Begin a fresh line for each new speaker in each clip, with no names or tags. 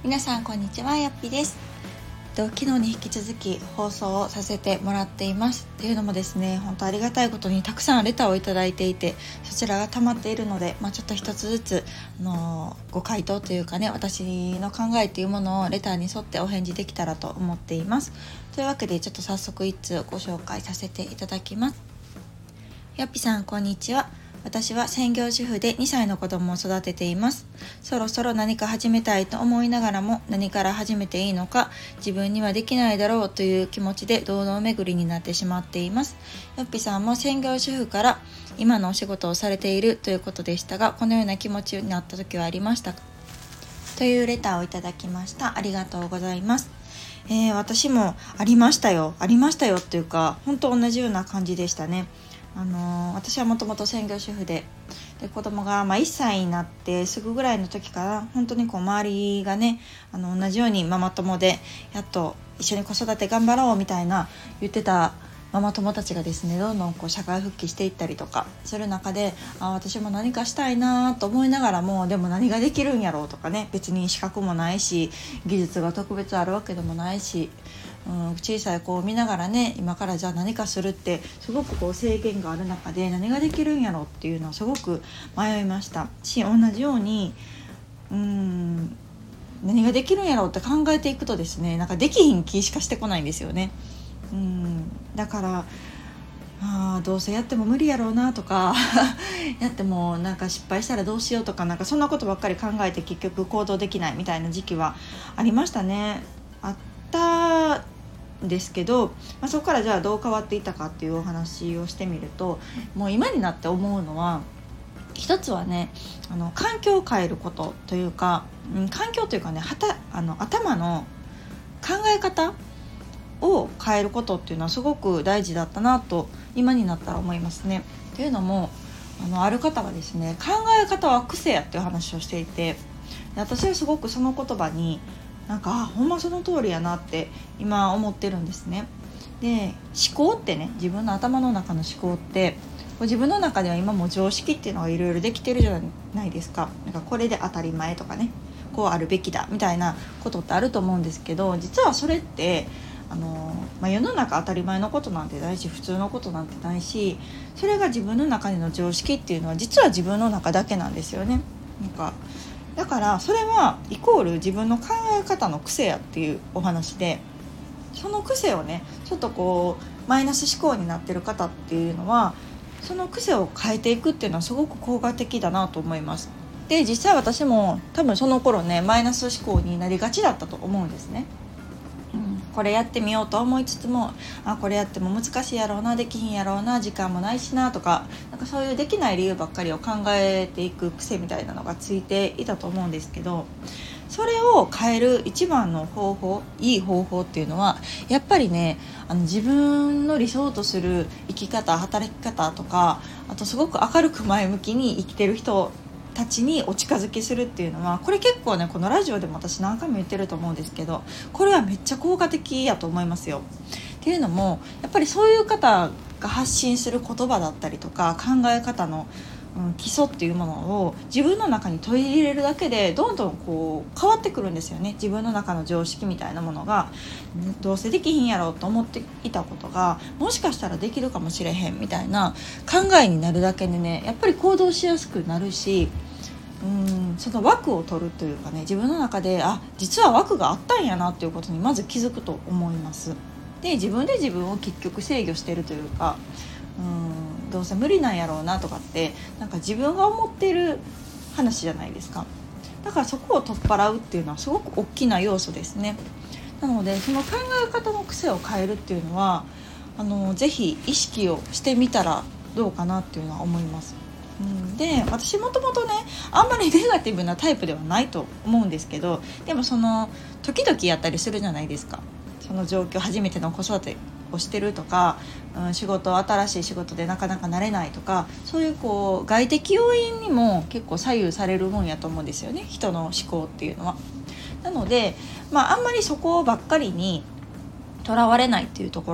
皆さんこんにちは、やっぴです。昨日に引き続き放送をさせてもらっています。っていうのもですね、本当ありがたいことにたくさんレターをいただいていて、そちらが溜まっているので、ちょっと一つずつご回答というかね、私の考えというものをレターに沿ってお返事できたらと思っています。というわけでちょっと早速一通ご紹介させていただきます。やっぴさんこんにちは。私は専業主婦で2歳の子供を育てています。そろそろ何か始めたいと思いながらも、何から始めていいのか、自分にはできないだろうという気持ちで堂々巡りになってしまっています。よっぴさんも専業主婦から今のお仕事をされているということでしたが、このような気持ちになった時はありましたか？というレターをいただきました。ありがとうございます。私もありましたよっていうか、本当同じような感じでしたね。私はもともと専業主婦で子供が1歳になってすぐぐらいの時から本当に周りがね、同じようにママ友でやっと一緒に子育て頑張ろうみたいな言ってたママ友たちがですね、どんどん社会復帰していったりとかする中で、私も何かしたいなと思いながらも、でも何ができるんやろうとかね、別に資格もないし技術が特別あるわけでもないし、小さい子を見ながらね、今からじゃあ何かするってすごく制限がある中で何ができるんやろうっていうのはすごく迷いましたし、同じように何ができるんやろうって考えていくとですね、なんかできひん気しかしてこないんですよね。だからどうせやっても無理やろうなとかやってもなんか失敗したらどうしようとか、なんかそんなことばっかり考えて結局行動できないみたいな時期はありましたね。あったんですけど、そこからじゃあどう変わっていったかっていうお話をしてみると、もう今になって思うのは、一つはね、環境を変えることというか、環境というかね、頭の考え方を変えることっていうのはすごく大事だったなと今になったら思いますね。というのも、ある方はですね、考え方は癖やっていう話をしていて、私はすごくその言葉になんかほんまその通りやなって今思ってるんですね。で、思考ってね、自分の頭の中の思考って自分の中では今も常識っていうのがいろいろできてるじゃないですか。なんかこれで当たり前とかね、こうあるべきだみたいなことってあると思うんですけど、実はそれって世の中当たり前のことなんてないし、普通のことなんてないし、それが自分の中での常識っていうのは実は自分の中だけなんですよね。だからそれはイコール自分の考え方の癖やっていうお話で、その癖をね、ちょっとマイナス思考になってる方っていうのは、その癖を変えていくっていうのはすごく効果的だなと思います。で、実際私も多分その頃ね、マイナス思考になりがちだったと思うんですね。これやってみようと思いつつも、これやっても難しいやろうな、できひんやろうな、時間もないしなとか、なんかそういうできない理由ばっかりを考えていく癖みたいなのがついていたと思うんですけど、それを変える一番のいい方法っていうのは、やっぱりね、自分の理想とする生き方、働き方とか、あとすごく明るく前向きに生きてる人たちにお近づきするっていうのは、これ結構ね、このラジオでも私何回も言ってると思うんですけど、これはめっちゃ効果的やと思いますよ。っていうのも、やっぱりそういう方が発信する言葉だったりとか考え方の基礎っていうものを自分の中に取り入れるだけで、どんどん変わってくるんですよね。自分の中の常識みたいなものが、どうせできひんやろうと思っていたことがもしかしたらできるかもしれへんみたいな考えになるだけでね、やっぱり行動しやすくなるし、その枠を取るというかね、自分の中で実は枠があったんやなっていうことにまず気づくと思います。で、自分で自分を結局制御してるというか、どうせ無理なんやろうなとかって、なんか自分が思っている話じゃないですか。だからそこを取っ払うっていうのはすごく大きな要素ですね。なので、その考え方の癖を変えるっていうのはぜひ意識をしてみたらどうかなっていうのは思います。で、私もともとね、あんまりネガティブなタイプではないと思うんですけど、でもその時々やったりするじゃないですか。その状況、初めての子育てをしてるとか、新しい仕事でなかなか慣れないとか、そういう外的要因にも結構左右されるもんやと思うんですよね、人の思考っていうのは。なので、あんまりそこばっかりにとらわれないっていうところ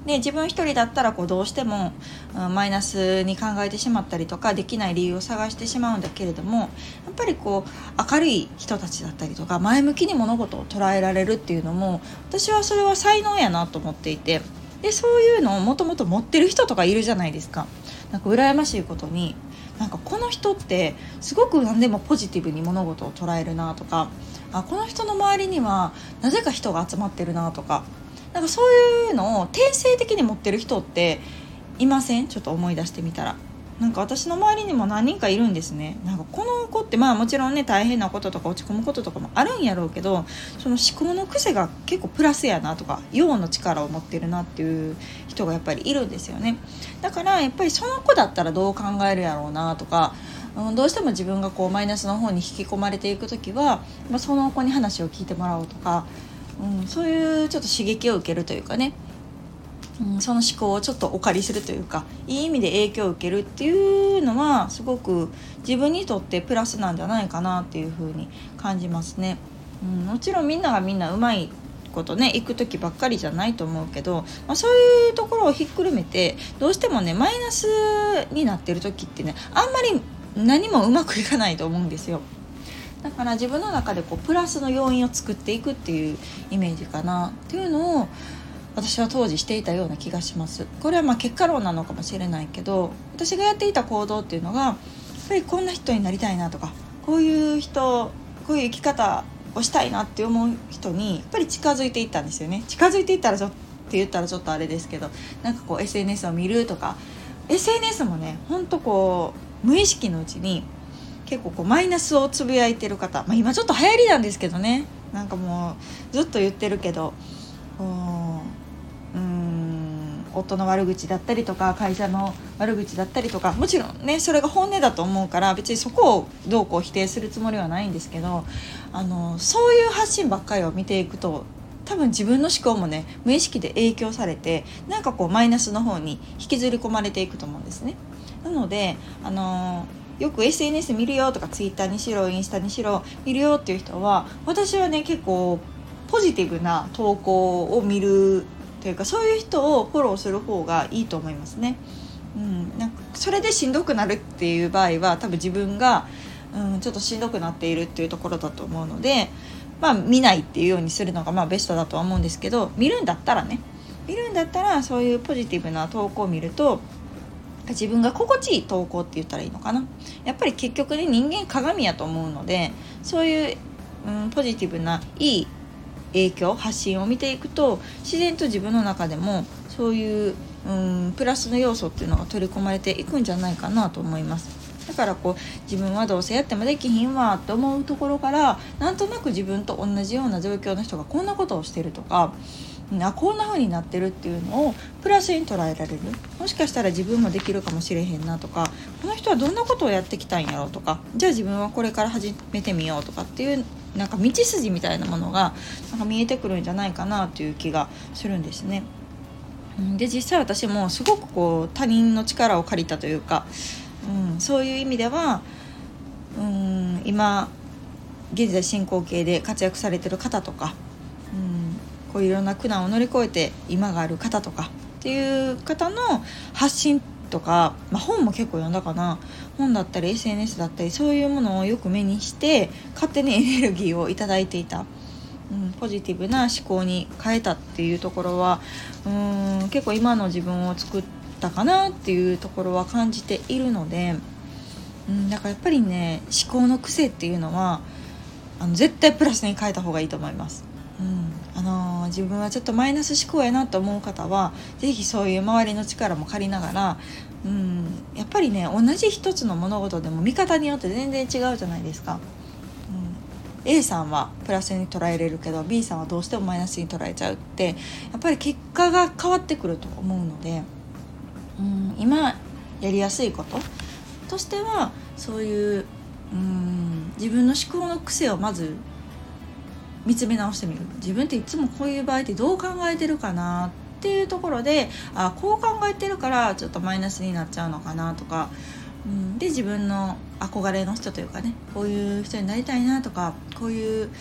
で自分一人だったらどうしても、マイナスに考えてしまったりとかできない理由を探してしまうんだけれども、やっぱり明るい人たちだったりとか前向きに物事を捉えられるっていうのも、私はそれは才能やなと思っていて、でそういうのをもともと持ってる人とかいるじゃないですか。なんか羨ましいことに、なんかこの人ってすごく何でもポジティブに物事を捉えるなとか、この人の周りにはなぜか人が集まってるなとか、なんかそういうのを定性的に持ってる人っていません？ちょっと思い出してみたら、なんか私の周りにも何人かいるんですね。なんかこの子ってもちろんね大変なこととか落ち込むこととかもあるんやろうけど、その思考の癖が結構プラスやなとか陽の力を持ってるなっていう人がやっぱりいるんですよね。だからやっぱりその子だったらどう考えるやろうなとか、どうしても自分がマイナスの方に引き込まれていくときは、その子に話を聞いてもらおうとか、そういうちょっと刺激を受けるというかね、その思考をちょっとお借りするというか、いい意味で影響を受けるっていうのはすごく自分にとってプラスなんじゃないかなっていうふうに感じますね。もちろんみんながみんなうまいことね行く時ばっかりじゃないと思うけど、そういうところをひっくるめてどうしてもねマイナスになってる時ってね、あんまり何もうまくいかないと思うんですよ。だから自分の中でプラスの要因を作っていくっていうイメージかなっていうのを私は当時していたような気がします。これは結果論なのかもしれないけど、私がやっていた行動っていうのがやっぱりこんな人になりたいなとか、こういう人、こういう生き方をしたいなって思う人にやっぱり近づいていったんですよね。近づいていったらって言ったらちょっとあれですけど、なんかSNS を見るとか、 SNS もねほんと無意識のうちに結構マイナスをつぶやいてる方、今ちょっと流行りなんですけどね、なんかもうずっと言ってるけど、夫の悪口だったりとか会社の悪口だったりとか、もちろんねそれが本音だと思うから別にそこをどうこう否定するつもりはないんですけど、そういう発信ばっかりを見ていくと多分自分の思考もね無意識で影響されて、なんかマイナスの方に引きずり込まれていくと思うんですね。なのでよく SNS 見るよとか Twitter にしろインスタにしろ見るよっていう人は、私はね結構ポジティブな投稿を見るというか、そういう人をフォローする方がいいと思いますね。なんかそれでしんどくなるっていう場合は多分自分が、ちょっとしんどくなっているっていうところだと思うので、見ないっていうようにするのがベストだとは思うんですけど、見るんだったらそういうポジティブな投稿を見ると自分が心地いい投稿って言ったらいいのかな。やっぱり結局ね人間鏡やと思うので、そういう、ポジティブないい影響発信を見ていくと自然と自分の中でもそういう、プラスの要素っていうのが取り込まれていくんじゃないかなと思います。だから自分はどうせやってもできひんわって思うところから、なんとなく自分と同じような状況の人がこんなことをしてるとか、こんな風になってるっていうのをプラスに捉えられる。もしかしたら自分もできるかもしれへんなとか、この人はどんなことをやってきたんやろうとか、じゃあ自分はこれから始めてみようとかっていうなんか道筋みたいなものがなんか見えてくるんじゃないかなという気がするんですね。で実際私もすごく他人の力を借りたというか、そういう意味では、今現在進行形で活躍されてる方とか、こういういろんな苦難を乗り越えて今がある方とかっていう方の発信とか、本も結構読んだかな。本だったり SNS だったりそういうものをよく目にして勝手にエネルギーをいただいていた、ポジティブな思考に変えたっていうところは結構今の自分を作ったかなっていうところは感じているので、だからやっぱりね思考の癖っていうのは絶対プラスに変えた方がいいと思います。自分はちょっとマイナス思考やなと思う方はぜひそういう周りの力も借りながら、やっぱりね同じ一つの物事でも見方によって全然違うじゃないですか。A さんはプラスに捉えれるけど B さんはどうしてもマイナスに捉えちゃうってやっぱり結果が変わってくると思うので、今やりやすいこととしてはそういう自分の思考の癖をまず見つめ直してみる。自分っていつもこういう場合ってどう考えてるかなっていうところで、こう考えてるからちょっとマイナスになっちゃうのかなとか、で自分の憧れの人というかね、こういう人になりたいなとか、こういう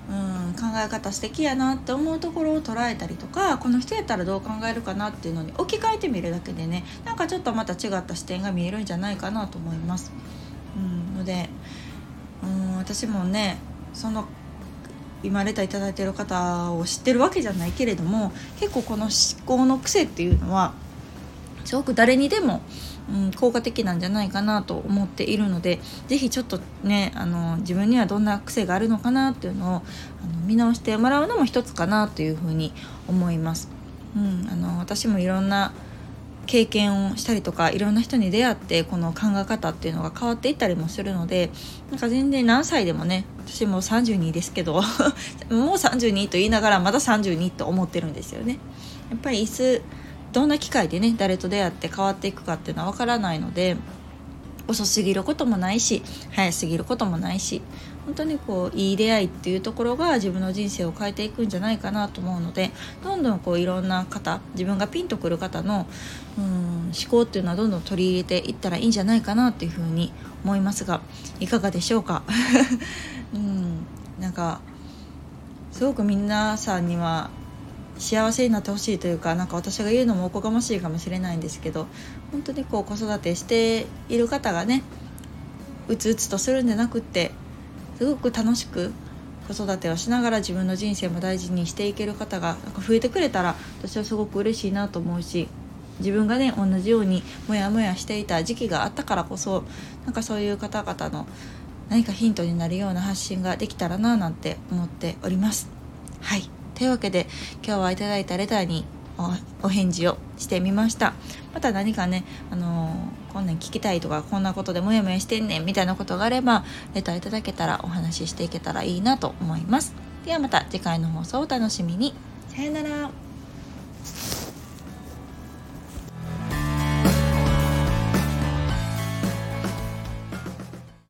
考え方素敵やなって思うところを捉えたりとか、この人やったらどう考えるかなっていうのに置き換えてみるだけでね、なんかちょっとまた違った視点が見えるんじゃないかなと思います。ので私もね、その今レターいただいている方を知ってるわけじゃないけれども、結構この思考の癖っていうのはすごく誰にでも、効果的なんじゃないかなと思っているので、ぜひちょっとね自分にはどんな癖があるのかなっていうのを見直してもらうのも一つかなというふうに思います。私もいろんな経験をしたりとか、いろんな人に出会ってこの考え方っていうのが変わっていったりもするので、なんか全然何歳でもね、私も32ですけどもう32と言いながらまだ32と思ってるんですよね。やっぱりどんな機会でね誰と出会って変わっていくかっていうのは分からないので、遅すぎることもないし早すぎることもないし、本当にいい出会いっていうところが自分の人生を変えていくんじゃないかなと思うので、どんどんいろんな方、自分がピンとくる方の思考っていうのはどんどん取り入れていったらいいんじゃないかなっていうふうに思いますが、いかがでしょうかなんかすごく皆さんには幸せになってほしいというか、なんか私が言うのもおこがましいかもしれないんですけど、本当に子育てしている方がね、うつうつとするんじゃなくって、すごく楽しく子育てをしながら自分の人生も大事にしていける方がなんか増えてくれたら、私はすごく嬉しいなと思うし、自分がね同じようにモヤモヤしていた時期があったからこそ、なんかそういう方々の何かヒントになるような発信ができたらななんて思っております。はい、というわけで今日はいただいたレターにお返事をしてみました。また何かね、こんなん聞きたいとか、こんなことでモヤモヤしてんねんみたいなことがあればレターいただけたらお話ししていけたらいいなと思います。ではまた次回の放送をお楽しみに。さよなら。